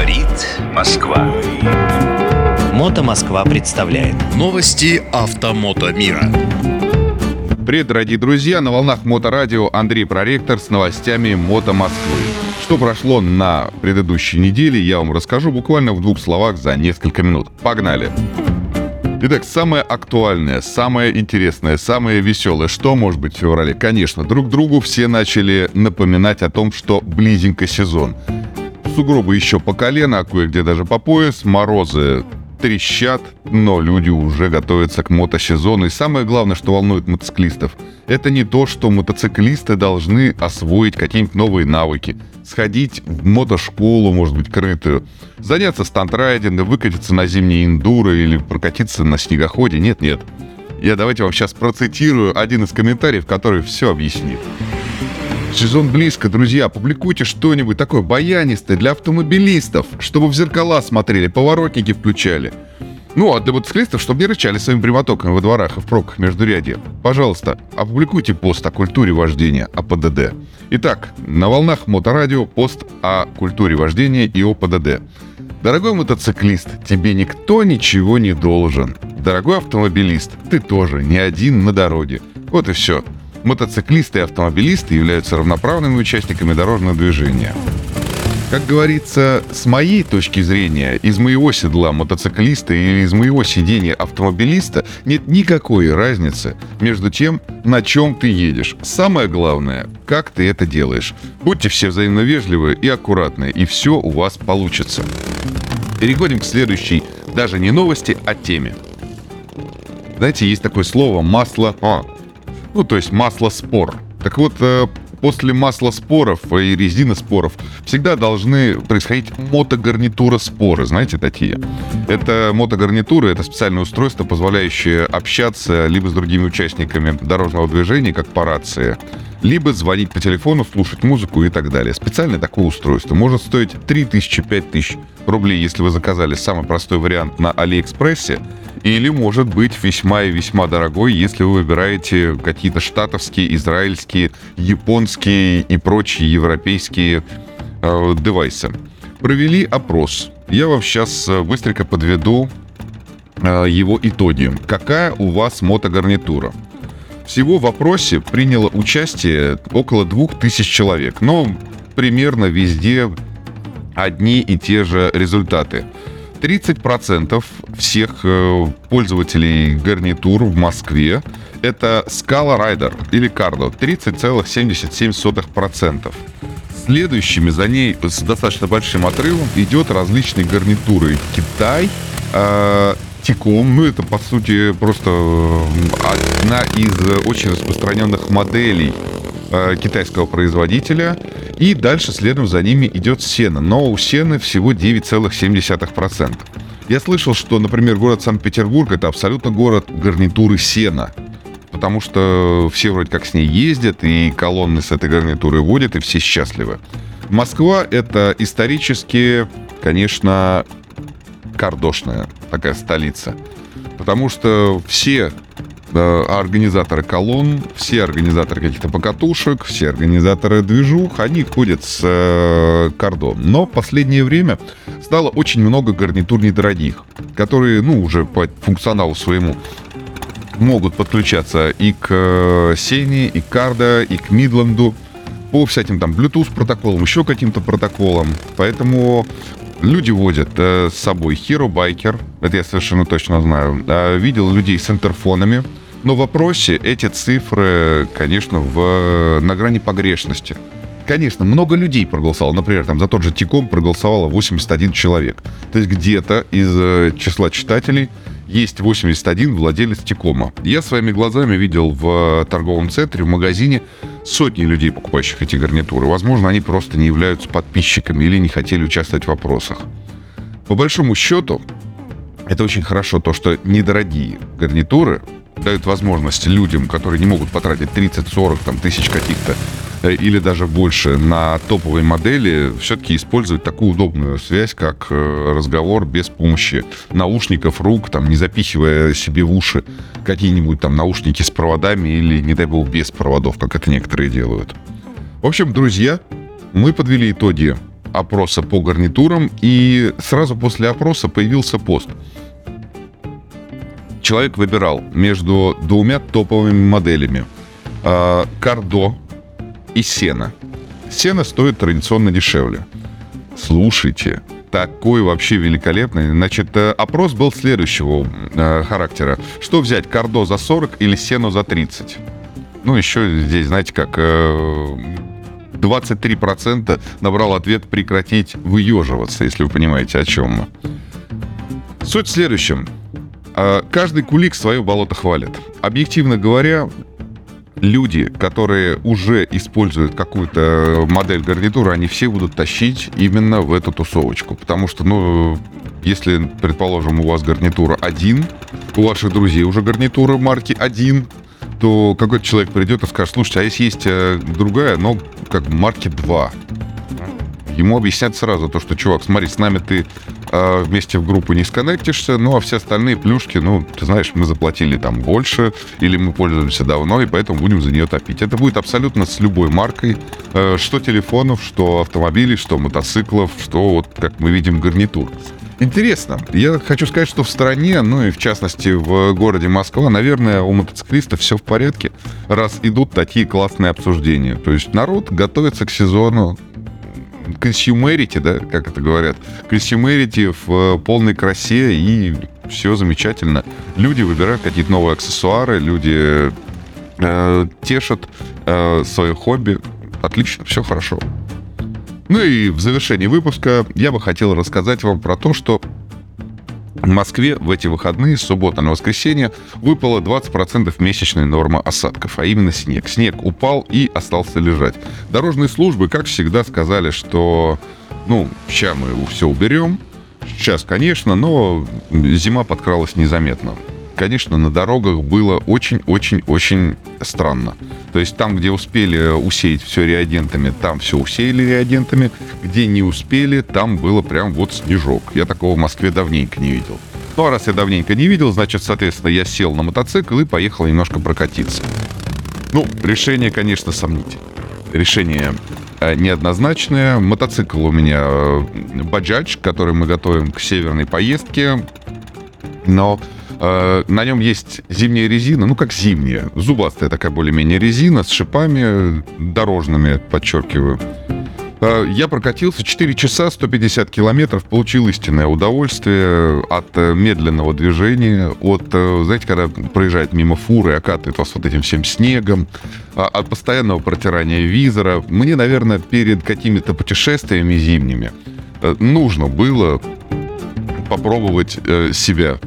Говорит Москва. Мото Москва представляет новости автомото мира. Привет, дорогие друзья! На волнах Моторадио Андрей Проректор с новостями Мото Москвы. Что прошло на предыдущей неделе, я вам расскажу буквально в 2 словах за несколько минут. Погнали! Итак, самое актуальное, самое интересное, самое веселое, что может быть в феврале? Конечно, друг другу все начали напоминать о том, что близенько сезон. Сугробы еще по колено, а кое-где даже по пояс, морозы трещат, но люди уже готовятся к мотосезону. И самое главное, что волнует мотоциклистов, это не то, что мотоциклисты должны освоить какие-нибудь новые навыки, сходить в мотошколу, может быть, крытую, заняться стандрайдингом, выкатиться на зимние эндуро или прокатиться на снегоходе. Нет. Давайте вам сейчас процитирую один из комментариев, который все объяснит. Сезон близко, друзья, публикуйте что-нибудь такое баянистое для автомобилистов, чтобы в зеркала смотрели, поворотники включали. А для мотоциклистов, чтобы не рычали своими прямотоками во дворах и в пробках междурядья. Пожалуйста, опубликуйте пост о культуре вождения, о ПДД. Итак, на волнах Моторадио пост о культуре вождения и о ПДД. Дорогой мотоциклист, тебе никто ничего не должен. Дорогой автомобилист, ты тоже не один на дороге. Вот и все. Мотоциклисты и автомобилисты являются равноправными участниками дорожного движения. Как говорится, с моей точки зрения, из моего седла мотоциклиста или из моего сидения автомобилиста нет никакой разницы между тем, на чем ты едешь. Самое главное, как ты это делаешь. Будьте все взаимно вежливы и аккуратны, и все у вас получится. Переходим к следующей, даже не новости, а теме. Знаете, есть такое слово «масло». То есть маслоспор. Так вот, после маслоспоров и резиноспоров всегда должны происходить мотогарнитура-споры. Знаете такие? Это мотогарнитура, это специальное устройство, позволяющее общаться либо с другими участниками дорожного движения, как по рации, либо звонить по телефону, слушать музыку и так далее. Специальное такое устройство может стоить 3000-5000 рублей, если вы заказали самый простой вариант на Алиэкспрессе, или может быть весьма и весьма дорогой, если вы выбираете какие-то штатовские, израильские, японские и прочие европейские девайсы. Провели опрос. Я вам сейчас быстренько подведу его итоги. Какая у вас мотогарнитура? Всего в опросе приняло участие около 2000 человек, но примерно везде одни и те же результаты. 30% всех пользователей гарнитур в Москве — это Scala Rider или Cardo, 30,77%. Следующими за ней с достаточно большим отрывом идет различные гарнитуры. Китай, Тиком, это по сути просто одна из очень распространенных моделей китайского производителя. И дальше следом за ними идет Сена. Но у Сены всего 9,7%. Я слышал, что, например, город Санкт-Петербург — это абсолютно город гарнитуры Сена. Потому что все вроде как с ней ездят, и колонны с этой гарнитурой водят, и все счастливы. Москва — это исторически, конечно, кардошная такая столица. Потому что все организаторы колонн, все организаторы каких-то покатушек, все организаторы движух, они ходят с кардо. Но в последнее время стало очень много гарнитур недорогих, которые, уже по функционалу своему могут подключаться и к Сене, и к Кардо, и к Мидленду по всяким там Bluetooth протоколам, еще каким-то протоколам. Поэтому люди водят с собой Hero Biker, это я совершенно точно знаю. Видел людей с интерфонами. Но в вопросе эти цифры, конечно, на грани погрешности. Конечно, много людей проголосовало. Например, за тот же Тиком проголосовало 81 человек. То есть где-то из числа читателей есть 81 владелец Тикома. Я своими глазами видел в торговом центре, в магазине сотни людей, покупающих эти гарнитуры. Возможно, они просто не являются подписчиками или не хотели участвовать в вопросах. По большому счету, это очень хорошо, то, что недорогие гарнитуры дают возможность людям, которые не могут потратить 30-40 тысяч каких-то или даже больше на топовые модели, все-таки использовать такую удобную связь, как разговор без помощи наушников, рук, не запихивая себе в уши какие-нибудь наушники с проводами или, не дай бог, без проводов, как это некоторые делают. В общем, друзья, мы подвели итоги опроса по гарнитурам, и сразу после опроса появился пост. Человек выбирал между двумя топовыми моделями. Кардо и Сена. Сена стоит традиционно дешевле. Слушайте, такой вообще великолепный. Значит, опрос был следующего характера. Что взять, Кардо за 40 или Сену за 30? Ну, еще здесь, знаете как, 23% набрал ответ «прекратить выеживаться», если вы понимаете, о чем мы. Суть в следующем. Каждый кулик свое болото хвалит. Объективно говоря, люди, которые уже используют какую-то модель гарнитура, они все будут тащить именно в эту тусовочку. Потому что, если, предположим, у вас гарнитура 1, у ваших друзей уже гарнитура марки 1, то какой-то человек придет и скажет: слушайте, а если есть другая, но как бы марки 2? Ему объяснят сразу то, что, чувак, смотри, с нами ты вместе в группу не сконнектишься, ну, а все остальные плюшки, ты знаешь, мы заплатили там больше, или мы пользуемся давно, и поэтому будем за нее топить. Это будет абсолютно с любой маркой, что телефонов, что автомобилей, что мотоциклов, что, вот как мы видим, гарнитур. Интересно. Я хочу сказать, что в стране, и в частности в городе Москва, наверное, у мотоциклистов все в порядке, раз идут такие классные обсуждения. То есть народ готовится к сезону, консюмерити, да, как это говорят, консюмерити в полной красе, и все замечательно. Люди выбирают какие-то новые аксессуары, люди тешат свое хобби. Отлично, все хорошо. Ну и в завершении выпуска я бы хотел рассказать вам про то, что в Москве в эти выходные, с субботы на воскресенье, выпало 20% месячной нормы осадков, а именно снег. Снег упал и остался лежать. Дорожные службы, как всегда, сказали, что, сейчас мы все уберем. Сейчас, конечно, но зима подкралась незаметно. Конечно, на дорогах было очень-очень-очень странно. То есть там, где успели усеять все реагентами, там все усеяли реагентами. Где не успели, там было прям вот снежок. Я такого в Москве давненько не видел. Ну, а раз я давненько не видел, значит, соответственно, я сел на мотоцикл и поехал немножко прокатиться. Решение, конечно, сомнительное. Решение неоднозначное. Мотоцикл у меня Bajaj, который мы готовим к северной поездке. Но на нем есть зимняя резина, как зимняя, зубастая такая более-менее резина с шипами дорожными, подчеркиваю. Я прокатился 4 часа, 150 километров, получил истинное удовольствие от медленного движения, от, знаете, когда проезжает мимо фуры и окатывает вас вот этим всем снегом, от постоянного протирания визора. Мне, наверное, перед какими-то путешествиями зимними нужно было попробовать себя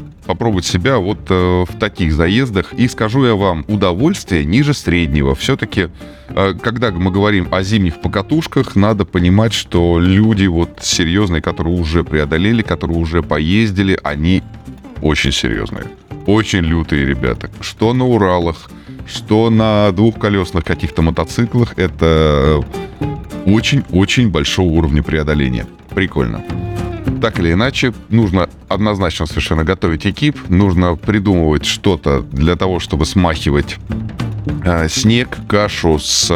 вот в таких заездах. И скажу я вам, удовольствие ниже среднего. Все-таки, когда мы говорим о зимних покатушках, надо понимать, что люди вот серьезные, которые уже преодолели, которые уже поездили, они очень серьезные. Очень лютые ребята. Что на Уралах, что на двухколесных каких-то мотоциклах. Это очень-очень большого уровня преодоления. Прикольно. Так или иначе, нужно однозначно совершенно готовить экип, нужно придумывать что-то для того, чтобы смахивать снег, кашу с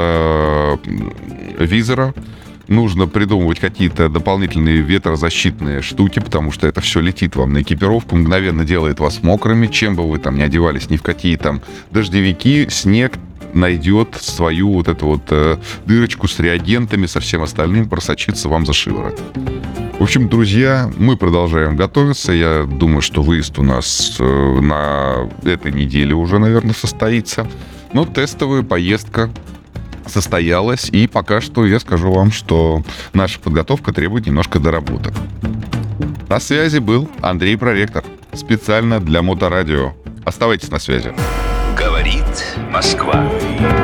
визора. Нужно придумывать какие-то дополнительные ветрозащитные штуки, потому что это все летит вам на экипировку, мгновенно делает вас мокрыми. Чем бы вы там ни одевались, ни в какие там дождевики, снег найдет свою вот эту вот дырочку с реагентами, со всем остальным, просочится вам за шиворот. В общем, друзья, мы продолжаем готовиться. Я думаю, что выезд у нас на этой неделе уже, наверное, состоится. Но тестовая поездка состоялась. И пока что я скажу вам, что наша подготовка требует немножко доработок. На связи был Андрей Проректор. Специально для Моторадио. Оставайтесь на связи. Говорит Москва.